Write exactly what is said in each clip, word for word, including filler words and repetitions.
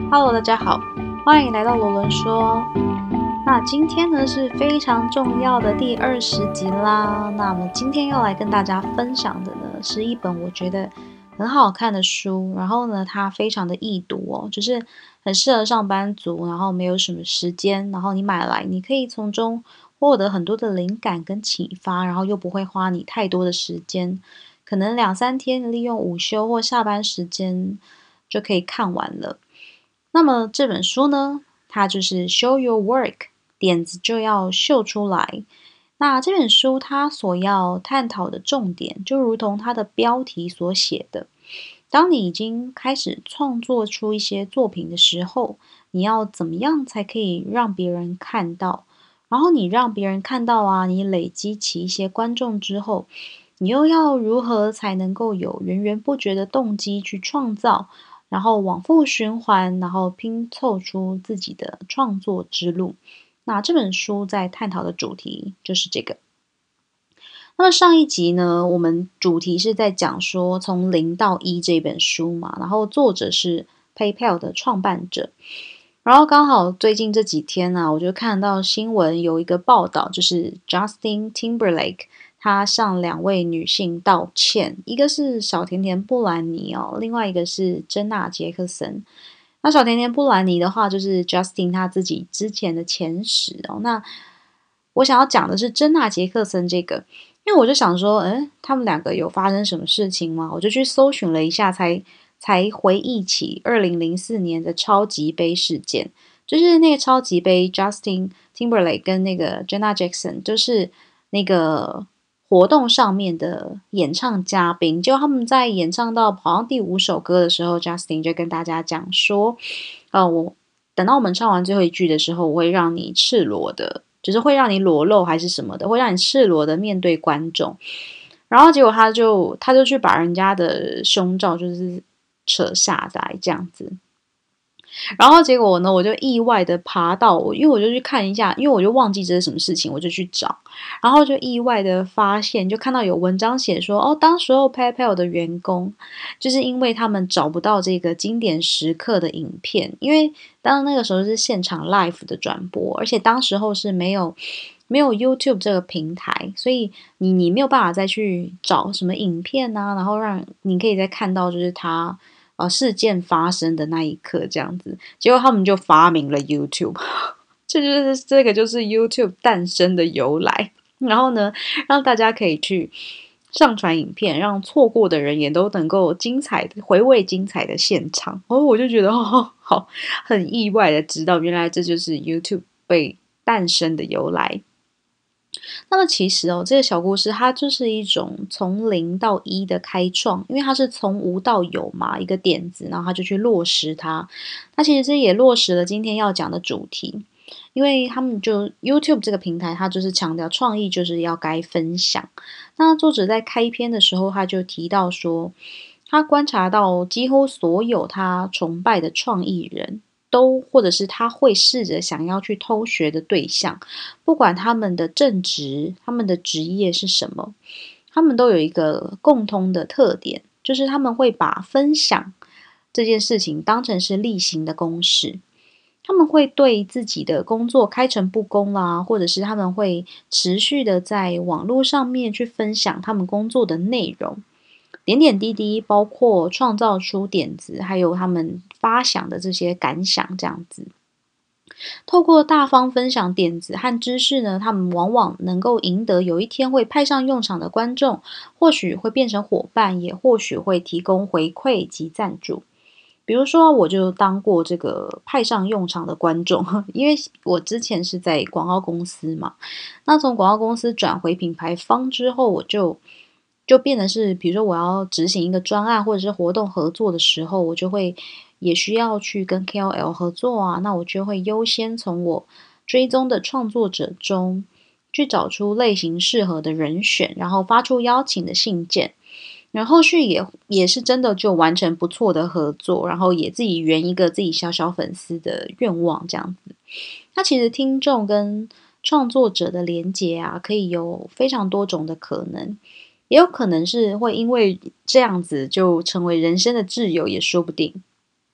Hello，大家好，欢迎来到罗伦说。那今天呢是非常重要的第二十集啦。那么今天要来跟大家分享的呢，是一本我觉得很好看的书，然后呢，它非常的易读哦，就是很适合上班族，然后没有什么时间，然后你买来，你可以从中获得很多的灵感跟启发，然后又不会花你太多的时间，可能两三天利用午休或下班时间就可以看完了。那么这本书呢，它就是 Show Your Work， 点子就要秀出来。那这本书它所要探讨的重点，就如同它的标题所写的，当你已经开始创作出一些作品的时候，你要怎么样才可以让别人看到？然后你让别人看到啊，你累积起一些观众之后，你又要如何才能够有源源不绝的动机去创造？然后往复循环，然后拼凑出自己的创作之路。那这本书在探讨的主题就是这个。那么上一集呢，我们主题是在讲说从零到一这本书嘛，然后作者是 PayPal 的创办者。然后刚好最近这几天呢、啊，我就看到新闻有一个报道，就是 Justin Timberlake 他向两位女性道歉，一个是小甜甜布兰妮哦，另外一个是珍娜杰克森。那小甜甜布兰妮的话，就是 Justin 他自己之前的前史哦。那我想要讲的是珍娜杰克森这个，因为我就想说，嗯，他们两个有发生什么事情吗？我就去搜寻了一下才，才回忆起二零零四年的超级杯事件。就是那个超级杯 ，Justin Timberlake 跟那个 Jenna Jackson，就是那个活动上面的演唱嘉宾。就他们在演唱到好像第五首歌的时候，Justin 就跟大家讲说，呃，我等到我们唱完最后一句的时候，我会让你赤裸的，就是会让你裸露还是什么的，会让你赤裸的面对观众。然后结果他就他就去把人家的胸罩就是扯下来这样子。然后结果呢，我就意外的爬到我，因为我就去看一下，因为我就忘记这是什么事情，我就去找，然后就意外的发现，就看到有文章写说，哦，当时候 PayPal 的员工，就是因为他们找不到这个经典时刻的影片，因为当那个时候是现场 live 的转播，而且当时候是没有没有 YouTube 这个平台，所以你你没有办法再去找什么影片啊，然后让你可以再看到就是他。呃，事件发生的那一刻，这样子，结果他们就发明了 YouTube，这就是这个就是 YouTube 诞生的由来。然后呢，让大家可以去上传影片，让错过的人也都能够精彩的回味精彩的现场。然后我就觉得，哦，好，很意外的知道，原来这就是 YouTube 被诞生的由来。那么其实哦，这个小故事它就是一种从零到一的开创，因为它是从无到有嘛，一个点子，然后他就去落实它。那其实这也落实了今天要讲的主题，因为他们就 YouTube 这个平台，它就是强调创意就是要该分享。那作者在开篇的时候，他就提到说，他观察到几乎所有他崇拜的创意人。都或者是他会试着想要去偷学的对象，不管他们的正职、他们的职业是什么，他们都有一个共通的特点，就是他们会把分享这件事情当成是例行的公事。他们会对自己的工作开诚布公啦，或者是他们会持续的在网络上面去分享他们工作的内容。点点滴滴，包括创造出点子，还有他们发想的这些感想，这样子。透过大方分享点子和知识呢，他们往往能够赢得有一天会派上用场的观众，或许会变成伙伴，也或许会提供回馈及赞助。比如说，我就当过这个派上用场的观众，因为我之前是在广告公司嘛，那从广告公司转回品牌方之后，我就。就变得是，比如说我要执行一个专案或者是活动合作的时候，我就会也需要去跟 K O L 合作啊，那我就会优先从我追踪的创作者中去找出类型适合的人选，然后发出邀请的信件，然后后续也也是真的就完成不错的合作，然后也自己圆一个自己小小粉丝的愿望这样子。那其实听众跟创作者的连结啊，可以有非常多种的可能。也有可能是会因为这样子就成为人生的挚友，也说不定。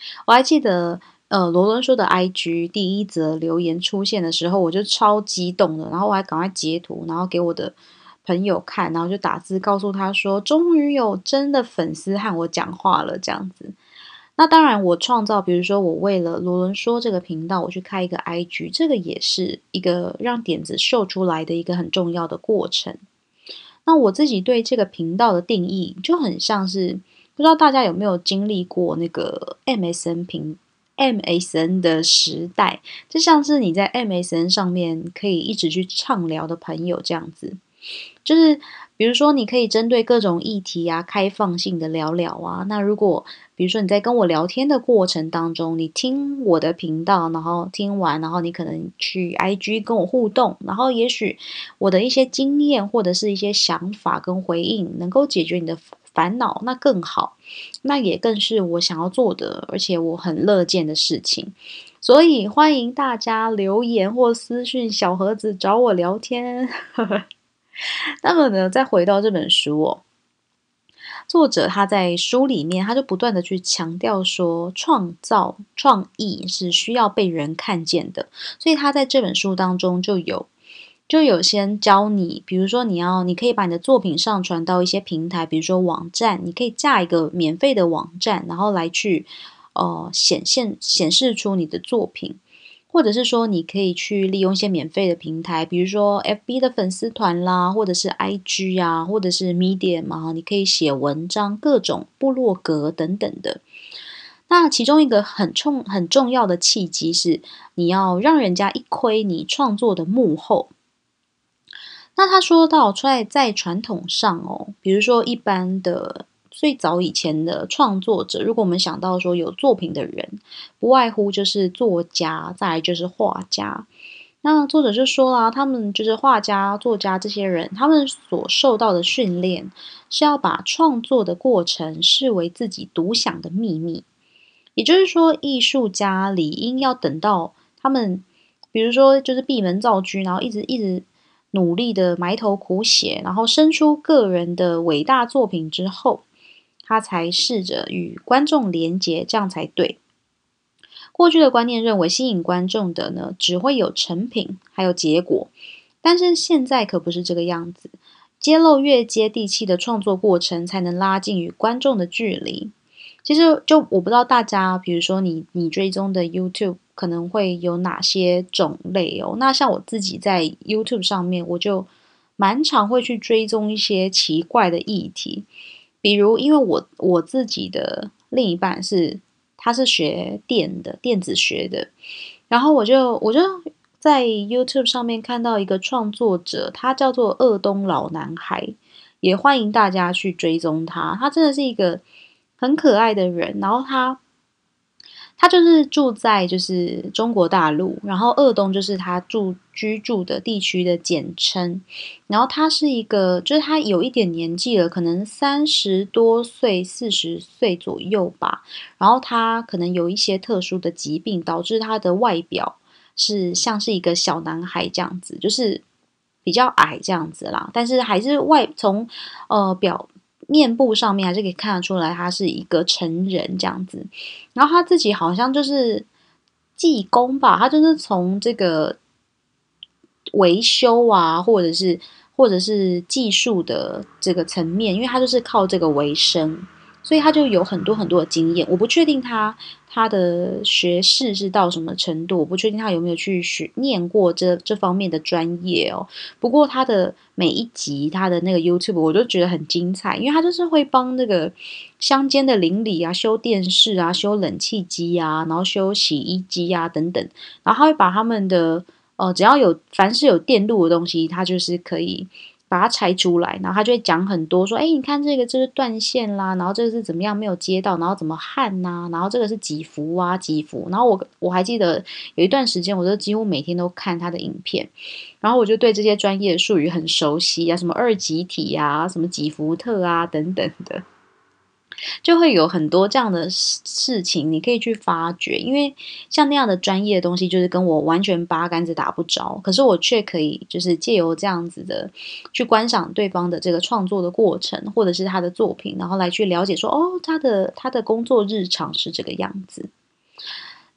我还记得，呃，罗伦说的 I G 第一则留言出现的时候，我就超激动的，然后我还赶快截图，然后给我的朋友看，然后就打字告诉他说，终于有真的粉丝和我讲话了，这样子。那当然，我创造，比如说我为了罗伦说这个频道，我去开一个 I G，这个也是一个让点子秀出来的一个很重要的过程。那我自己对这个频道的定义就很像是，不知道大家有没有经历过那个 M S N 频 M S N 的时代，就像是你在 M S N 上面可以一直去畅聊的朋友这样子。就是比如说，你可以针对各种议题啊，开放性的聊聊啊。那如果比如说你在跟我聊天的过程当中，你听我的频道，然后听完，然后你可能去 I G 跟我互动，然后也许我的一些经验或者是一些想法跟回应，能够解决你的烦恼，那更好，那也更是我想要做的，而且我很乐见的事情。所以欢迎大家留言或私讯小盒子找我聊天。那么呢，再回到这本书哦，作者他在书里面，他就不断的去强调说，创造创意是需要被人看见的，所以他在这本书当中就有就有先教你，比如说你要，你可以把你的作品上传到一些平台，比如说网站，你可以架一个免费的网站，然后来去呃显现显示出你的作品。或者是说，你可以去利用一些免费的平台，比如说 F B 的粉丝团啦，或者是 I G 啊，或者是 Medium 嘛，你可以写文章，各种部落格等等的。那其中一个很重很重要的契机是，你要让人家一窥你创作的幕后。那他说到，在在传统上哦，比如说一般的最早以前的创作者，如果我们想到说有作品的人，不外乎就是作家，再来就是画家。那作者就说啦，他们就是画家、作家这些人，他们所受到的训练是要把创作的过程视为自己独享的秘密。也就是说，艺术家理应要等到他们，比如说就是闭门造车，然后一直一直努力的埋头苦写，然后生出个人的伟大作品之后，他才试着与观众连结，这样才对。过去的观念认为，吸引观众的呢，只会有成品，还有结果。但是现在可不是这个样子，揭露越接地气的创作过程，才能拉近与观众的距离。其实就我不知道大家，比如说你你追踪的 YouTube 可能会有哪些种类哦。那像我自己在 YouTube 上面，我就蛮常会去追踪一些奇怪的议题，比如因为我我自己的另一半是他是学电的电子学的，然后我就我就在 YouTube 上面看到一个创作者，他叫做二东老男孩，也欢迎大家去追踪他。他真的是一个很可爱的人，然后他他就是住在就是中国大陆，然后鄂东就是他住居住的地区的简称。然后他是一个，就是他有一点年纪了，可能三十多岁、四十岁左右吧。然后他可能有一些特殊的疾病，导致他的外表是像是一个小男孩这样子，就是比较矮这样子啦。但是还是外从呃表。面部上面还是可以看得出来，他是一个成人这样子。然后他自己好像就是技工吧，他就是从这个维修啊，或者是或者是技术的这个层面，因为他就是靠这个为生，所以他就有很多很多的经验。我不确定他他的学识是到什么程度，我不确定他有没有去学念过这这方面的专业哦。不过他的每一集他的那个 YouTube 我都觉得很精彩，因为他就是会帮那个乡间的邻里啊修电视啊、修冷气机啊，然后修洗衣机啊等等，然后他会把他们的呃只要有凡是有电路的东西，他就是可以把它拆出来，然后他就会讲很多说，哎，你看这个这是断线啦，然后这个是怎么样没有接到，然后怎么焊呐、啊，然后这个是几伏啊几伏，然后我我还记得有一段时间，我就几乎每天都看他的影片，然后我就对这些专业术语很熟悉啊，什么二极体啊，什么几伏特啊等等的。就会有很多这样的事情，你可以去发掘，因为像那样的专业的东西，就是跟我完全八竿子打不着，可是我却可以就是借由这样子的去观赏对方的这个创作的过程，或者是他的作品，然后来去了解说，哦，他的他的工作日常是这个样子。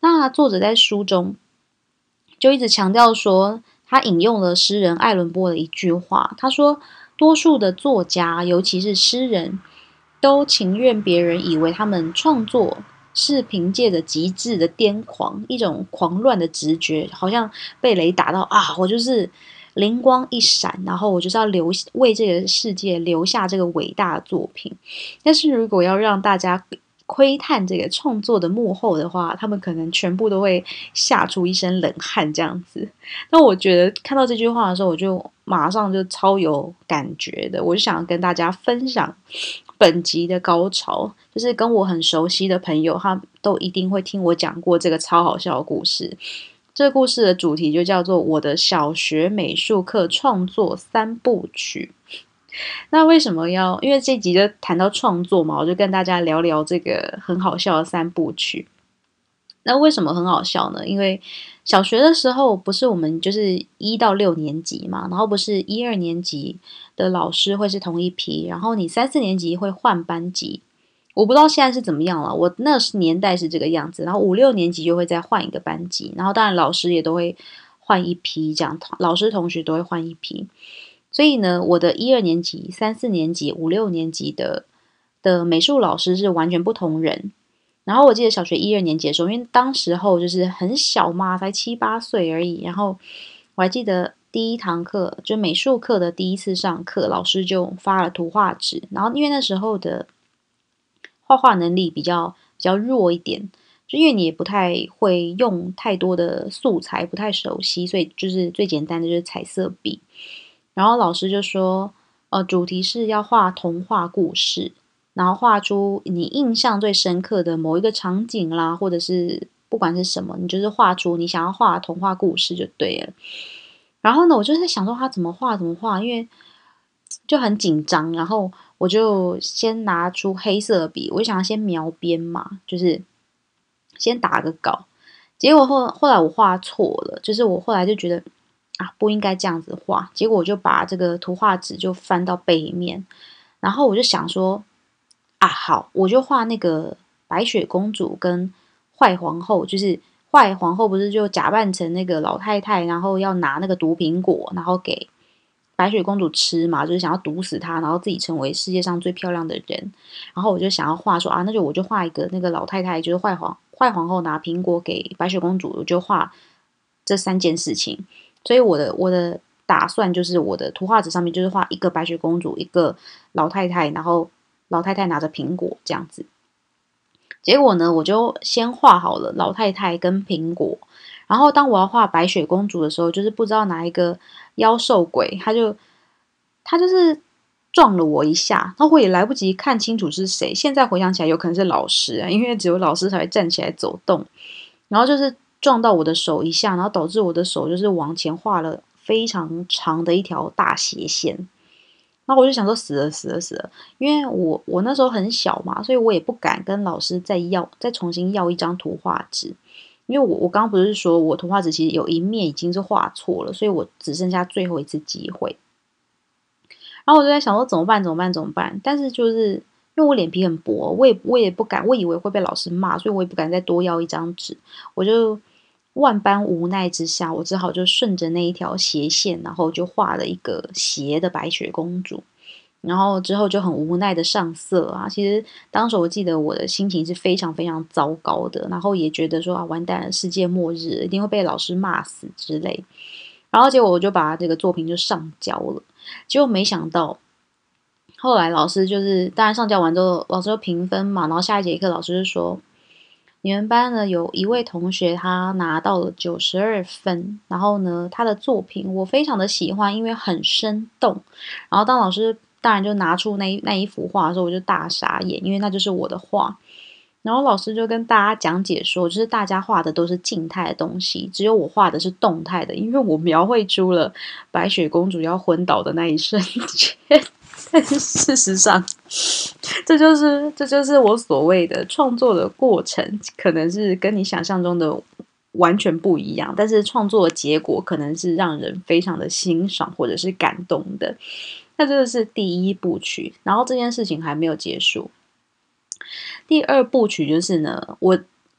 那作者在书中就一直强调说，他引用了诗人爱伦坡的一句话，他说多数的作家，尤其是诗人，都情愿别人以为他们创作是凭借着极致的癫狂，一种狂乱的直觉，好像被雷打到啊，我就是灵光一闪，然后我就是要留为这个世界留下这个伟大的作品。但是如果要让大家窥探这个创作的幕后的话，他们可能全部都会吓出一身冷汗这样子。那我觉得看到这句话的时候，我就马上就超有感觉的，我就想跟大家分享本集的高潮，就是跟我很熟悉的朋友，他都一定会听我讲过这个超好笑的故事。这个故事的主题就叫做我的小学美术课创作三部曲。那为什么要？因为这集就谈到创作嘛，我就跟大家聊聊这个很好笑的三部曲。那为什么很好笑呢？因为小学的时候不是我们就是一到六年级嘛，然后不是一二年级的老师会是同一批，然后你三四年级会换班级。我不知道现在是怎么样了，我那年代是这个样子，然后五六年级就会再换一个班级，然后当然老师也都会换一批，这样老师同学都会换一批。所以呢，我的一二年级、三四年级、五六年级的的美术老师是完全不同人。然后我记得小学一二年级的时候，因为当时候就是很小嘛，才七八岁而已。然后我还记得第一堂课，就美术课的第一次上课，老师就发了图画纸。然后因为那时候的画画能力比较比较弱一点，就因为你也不太会用太多的素材，不太熟悉，所以就是最简单的就是彩色笔。然后老师就说，呃，主题是要画童话故事，然后画出你印象最深刻的某一个场景啦，或者是不管是什么，你就是画出你想要画的童话故事就对了。然后呢，我就在想说他怎么画怎么画，因为就很紧张，然后我就先拿出黑色笔，我就想要先描边嘛，就是先打个稿。结果后后来我画错了，就是我后来就觉得啊，不应该这样子画。结果我就把这个图画纸就翻到背面，然后我就想说啊，好，我就画那个白雪公主跟坏皇后，就是坏皇后不是就假扮成那个老太太，然后要拿那个毒苹果，然后给白雪公主吃嘛，就是想要毒死她，然后自己成为世界上最漂亮的人。然后我就想要画说啊，那就我就画一个那个老太太，就是坏皇坏皇后拿苹果给白雪公主，我就画这三件事情。所以我的我的打算就是我的图画纸上面就是画一个白雪公主，一个老太太，然后老太太拿着苹果这样子。结果呢，我就先画好了老太太跟苹果，然后当我要画白雪公主的时候，就是不知道哪一个妖兽鬼，他就他就是撞了我一下，然后我也来不及看清楚是谁。现在回想起来，有可能是老师啊，因为只有老师才会站起来走动，然后就是撞到我的手一下，然后导致我的手就是往前画了非常长的一条大斜线。然后我就想说死了死了死了，因为我我那时候很小嘛，所以我也不敢跟老师再要再重新要一张图画纸，因为我我刚刚不是说我图画纸其实有一面已经是画错了，所以我只剩下最后一次机会。然后我就在想说怎么办怎么办怎么办，但是就是因为我脸皮很薄，我也我也不敢，我以为会被老师骂，所以我也不敢再多要一张纸，我就万般无奈之下，我只好就顺着那一条斜线，然后就画了一个斜的白雪公主。然后之后就很无奈的上色啊。其实当时我记得我的心情是非常非常糟糕的，然后也觉得说啊，完蛋了，世界末日了，一定会被老师骂死之类。然后结果我就把这个作品就上交了，结果没想到。后来老师就是，当然上交完之后，老师就评分嘛，然后下一节课老师就说，你们班呢有一位同学他拿到了九十二分，然后呢他的作品我非常的喜欢，因为很生动。然后当老师当然就拿出那一那一幅画的时候，我就大傻眼，因为那就是我的画。然后老师就跟大家讲解说，就是大家画的都是静态的东西，只有我画的是动态的，因为我描绘出了白雪公主要昏倒的那一瞬间。但是事实上，这就是这就是我所谓的创作的过程，可能是跟你想象中的完全不一样，但是创作的结果可能是让人非常的欣赏或者是感动的。那这个是第一部曲，然后这件事情还没有结束。第二部曲就是呢，我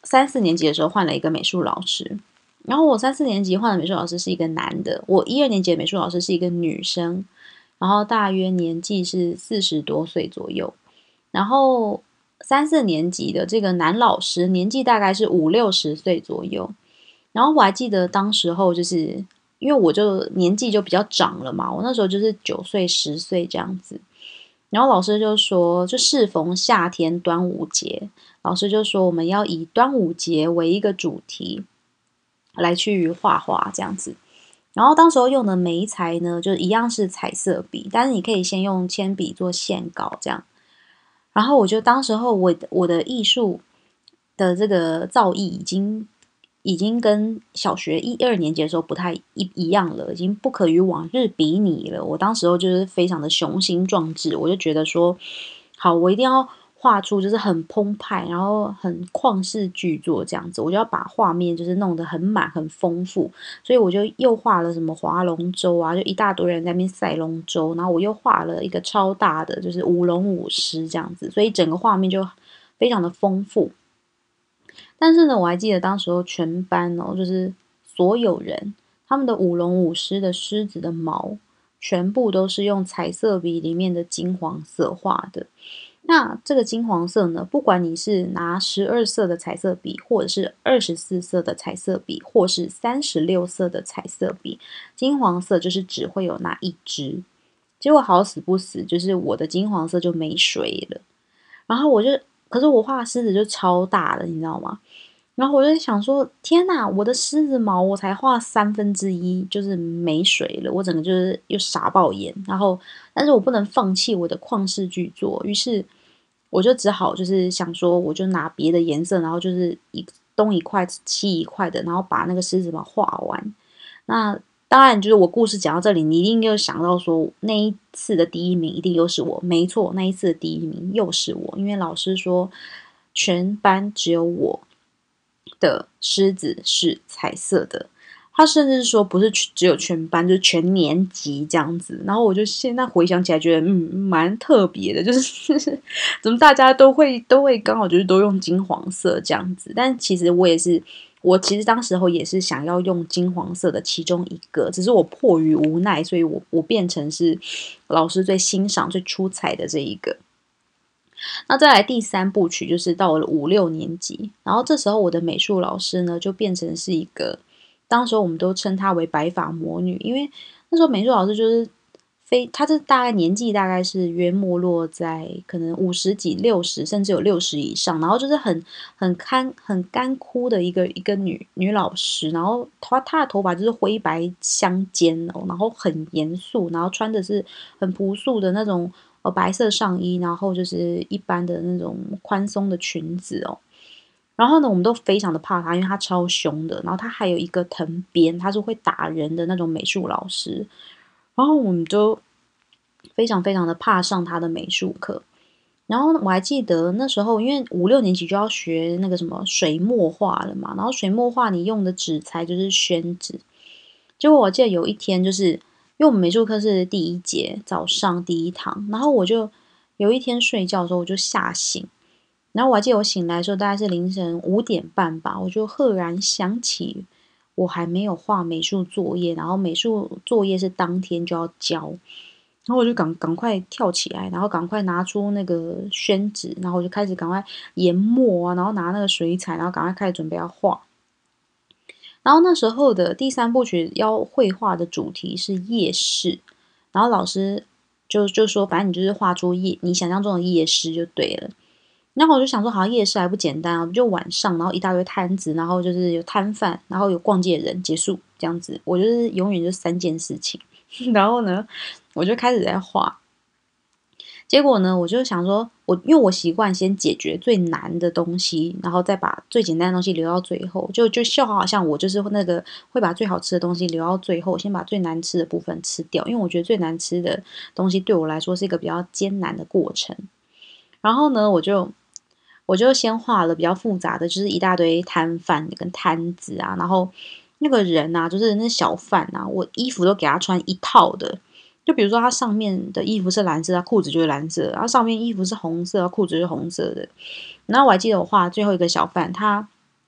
三四年级的时候换了一个美术老师，然后我三四年级换的美术老师是一个男的，我一二年级的美术老师是一个女生，然后大约年纪是四十多岁左右，然后三四年级的这个男老师年纪大概是五六十岁左右，然后我还记得当时候就是因为我就年纪就比较长了嘛，我那时候就是九岁十岁这样子，然后老师就说，就适逢夏天端午节，老师就说我们要以端午节为一个主题来去画画这样子。然后当时候用的媒材呢，就一样是彩色笔，但是你可以先用铅笔做线稿这样。然后我就当时候我我的艺术的这个造诣已经已经跟小学一二年级的时候不太一一样了，已经不可与往日比拟了。我当时候就是非常的雄心壮志，我就觉得说，好，我一定要画出就是很澎湃，然后很旷世巨作这样子，我就要把画面就是弄得很满很丰富，所以我就又画了什么划龙舟啊，就一大堆人在那边赛龙舟，然后我又画了一个超大的就是舞龙舞狮这样子，所以整个画面就非常的丰富。但是呢，我还记得当时候全班哦，就是所有人他们的舞龙舞狮的狮子的毛，全部都是用彩色笔里面的金黄色画的。那这个金黄色呢，不管你是拿十二色的彩色笔，或者是二十四色的彩色笔，或是三十六色的彩色笔，金黄色就是只会有那一支。结果好死不死，就是我的金黄色就没水了。然后我就，可是我画狮子就超大的，你知道吗？然后我就在想说，天哪，我的狮子毛我才画三分之一，就是没水了，我整个就是又傻爆眼。然后，但是我不能放弃我的旷世巨作，于是我就只好就是想说，我就拿别的颜色，然后就是一东一块西一块的，然后把那个狮子毛画完。那当然，就是我故事讲到这里，你一定又想到说，那一次的第一名一定又是我。没错，那一次的第一名又是我，因为老师说全班只有我的狮子是彩色的。他甚至说不是只有全班，就是全年级这样子。然后我就现在回想起来，觉得嗯蛮特别的，就是怎么大家都会都会刚好就是都用金黄色这样子。但其实我也是，我其实当时候也是想要用金黄色的其中一个，只是我迫于无奈，所以我我变成是老师最欣赏、最出彩的这一个。那再来第三部曲就是到了五六年级，然后这时候我的美术老师呢就变成是一个。当时我们都称她为白发魔女，因为那时候美术老师就是非，她这大概年纪大概是约没落在可能五十几、六十，甚至有六十以上，然后就是很很干很干枯的一个一个女女老师，然后她她的头发就是灰白相间哦，然后很严肃，然后穿的是很朴素的那种呃白色上衣，然后就是一般的那种宽松的裙子哦。然后呢，我们都非常的怕他，因为他超凶的。然后他还有一个藤鞭，他是会打人的那种美术老师。然后我们就非常非常的怕上他的美术课。然后我还记得那时候，因为五六年级就要学那个什么水墨画了嘛。然后水墨画你用的纸材就是宣纸。结果我记得有一天，就是因为我们美术课是第一节早上第一堂，然后我就有一天睡觉的时候我就吓醒。然后我还记得我醒来的时候大概是凌晨五点半吧，我就赫然想起我还没有画美术作业，然后美术作业是当天就要交，然后我就赶赶快跳起来，然后赶快拿出那个宣纸，然后我就开始赶快研墨啊，然后拿那个水彩，然后赶快开始准备要画。然后那时候的第三部曲要绘画的主题是夜市，然后老师就就说，反正你就是画出夜你想象中的夜市就对了。然后我就想说，好像夜市还不简单啊，就晚上，然后一大堆摊子，然后就是有摊贩，然后有逛街的人，结束这样子。我就是永远就三件事情。然后呢，我就开始在画。结果呢，我就想说，我因为我习惯先解决最难的东西，然后再把最简单的东西留到最后，就就就好像我就是那个会把最好吃的东西留到最后，先把最难吃的部分吃掉，因为我觉得最难吃的东西对我来说是一个比较艰难的过程。然后呢，我就。我就先画了比较复杂的，就是一大堆摊贩跟摊子啊，然后那个人啊，就是那小贩啊，我衣服都给他穿一套的。就比如说他上面的衣服是蓝色，他裤子就是蓝色；然后上面衣服是红色，裤子就是红色的。然后我还记得我画最后一个小贩，他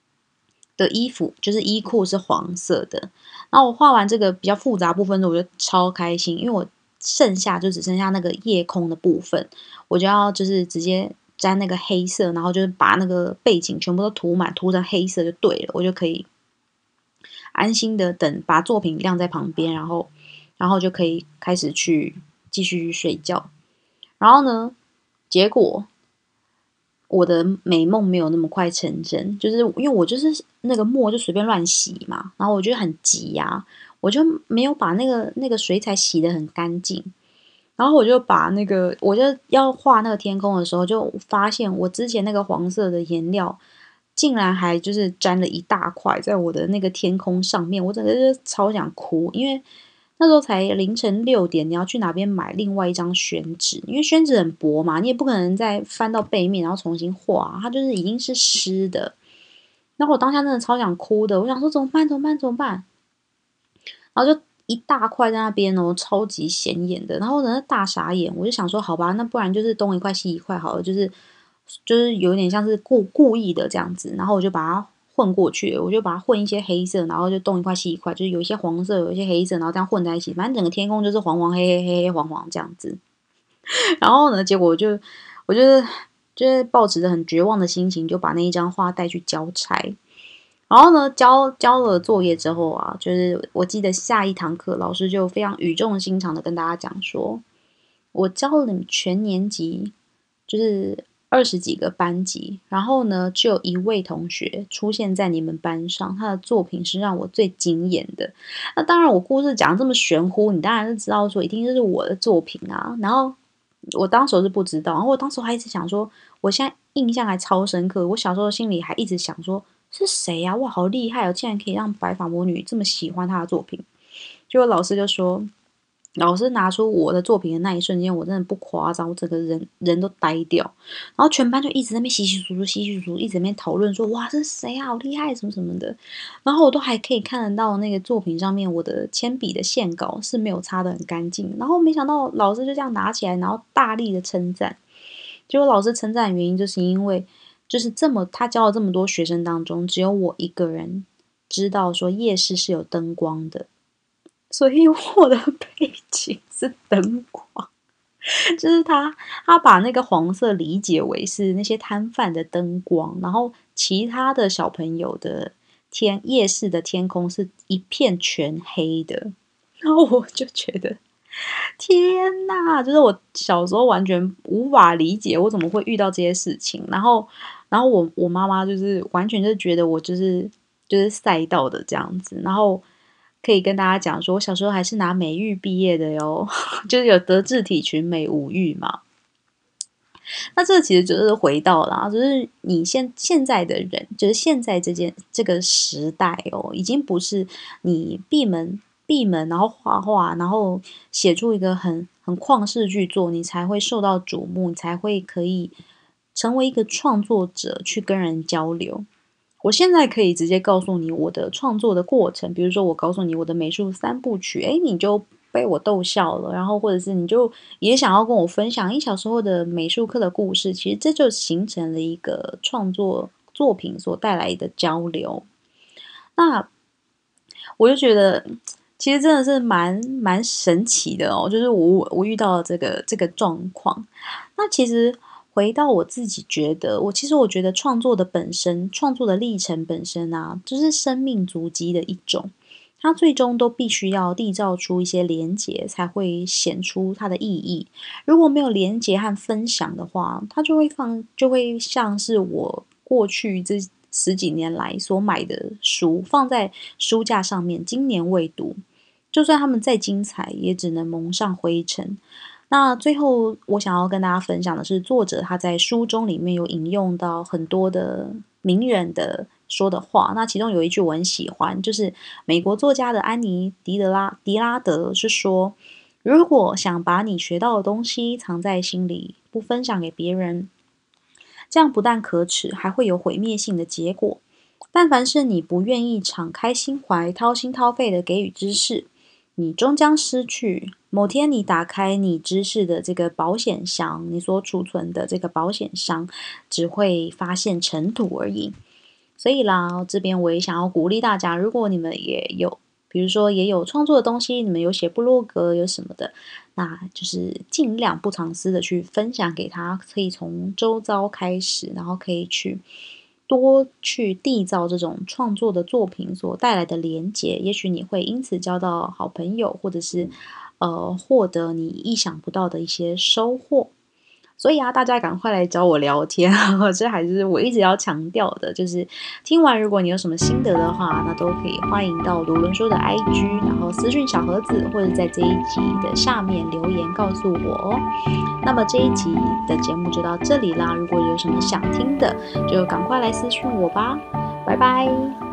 的衣服，就是衣裤是黄色的。然后我画完这个比较复杂部分之后，我就超开心，因为我剩下就只剩下那个夜空的部分，我就要就是直接沾那个黑色，然后就是把那个背景全部都涂满，涂成黑色就对了，我就可以安心的等把作品晾在旁边，然后然后就可以开始去继续睡觉。然后呢，结果我的美梦没有那么快成真，就是因为我就是那个墨就随便乱洗嘛，然后我就很急呀、啊，我就没有把那个那个水彩洗得很干净，然后我就把那个我就要画那个天空的时候，就发现我之前那个黄色的颜料竟然还就是沾了一大块在我的那个天空上面，我整个就超想哭，因为那时候才凌晨六点，你要去哪边买另外一张宣纸？因为宣纸很薄嘛，你也不可能再翻到背面然后重新画，它就是已经是湿的。然后我当下真的超想哭的，我想说怎么办？怎么办？怎么办？然后就一大块在那边哦，超级显眼的。然后呢，大傻眼，我就想说，好吧，那不然就是东一块西一块好了，就是就是有点像是故故意的这样子。然后我就把它混过去，我就把它混一些黑色，然后就东一块西一块，就是有一些黄色，有一些黑色，然后这样混在一起，反正整个天空就是黄黄黑黑黑黑黄黄这样子。然后呢，结果我就我就是就是抱持着很绝望的心情，就把那一张画带去交差。然后呢，交交了作业之后啊，就是我记得下一堂课，老师就非常语重心长的跟大家讲说，我教了你们全年级，就是二十几个班级，然后呢，只有一位同学出现在你们班上，他的作品是让我最惊艳的。那当然，我故事讲这么玄乎，你当然是知道说一定就是我的作品啊。然后我当时是不知道，然后我当时还一直想说，我现在印象还超深刻，我小时候心里还一直想说。是谁呀、啊？哇，好厉害哦！竟然可以让白发魔女这么喜欢他的作品。结果老师就说，老师拿出我的作品的那一瞬间，我真的不夸张，我整个人人都呆掉。然后全班就一直在那边稀稀疏疏、稀稀疏疏，一直在那边讨论说，哇，这是谁啊？好厉害，什么什么的。然后我都还可以看得到那个作品上面我的铅笔的线稿是没有擦得很干净。然后没想到老师就这样拿起来，然后大力的称赞。结果老师称赞的原因就是因为。就是这么，他教了这么多学生当中，只有我一个人知道说夜市是有灯光的，所以我的背景是灯光，就是他他把那个黄色理解为是那些摊贩的灯光，然后其他的小朋友的天夜市的天空是一片全黑的，然后我就觉得。天呐，就是我小时候完全无法理解我怎么会遇到这些事情，然后，然后我我妈妈就是完全就觉得我就是就是赛道的这样子，然后可以跟大家讲说，我小时候还是拿美育毕业的哟，就是有德智体群美五育嘛。那这其实就是回到啦，就是你现现在的人，就是现在这件这个时代哦，已经不是你闭门。闭门，然后画画，然后写出一个很很旷世巨作，你才会受到瞩目，你才会可以成为一个创作者去跟人交流。我现在可以直接告诉你我的创作的过程，比如说我告诉你我的美术三部曲，诶，你就被我逗笑了，然后或者是你就也想要跟我分享你小时候的美术课的故事，其实这就形成了一个创作作品所带来的交流。那我就觉得。其实真的是蛮蛮神奇的哦，就是我我遇到了这个这个状况。那其实回到我自己觉得，我其实我觉得创作的本身，创作的历程本身啊，就是生命足迹的一种。它最终都必须要缔造出一些连结，才会显出它的意义。如果没有连结和分享的话，它就会放，就会像是我过去这十几年来所买的书，放在书架上面，今年未读。就算他们再精彩，也只能蒙上灰尘。那最后，我想要跟大家分享的是，作者他在书中里面有引用到很多的名人的说的话。那其中有一句我很喜欢，就是美国作家的安妮·迪德拉迪拉德是说：“如果想把你学到的东西藏在心里，不分享给别人，这样不但可耻，还会有毁灭性的结果。但凡是你不愿意敞开心怀、掏心掏肺的给予知识，你终将失去。某天你打开你知识的这个保险箱，你所储存的这个保险箱，只会发现尘土而已。 所以啦，这边我也想要鼓励大家，如果你们也有，比如说也有创作的东西，你们有写部落格有什么的，那就是尽量不藏私的去分享给他，可以从周遭开始，然后可以去多去缔造这种创作的作品所带来的连结，也许你会因此交到好朋友，或者是呃获得你意想不到的一些收获。所以啊，大家赶快来找我聊天，这还是我一直要强调的，就是听完如果你有什么心得的话，那都可以欢迎到罗伦说的 I G， 然后私讯小盒子，或者在这一集的下面留言告诉我哦。那么这一集的节目就到这里啦，如果有什么想听的，就赶快来私讯我吧，拜拜。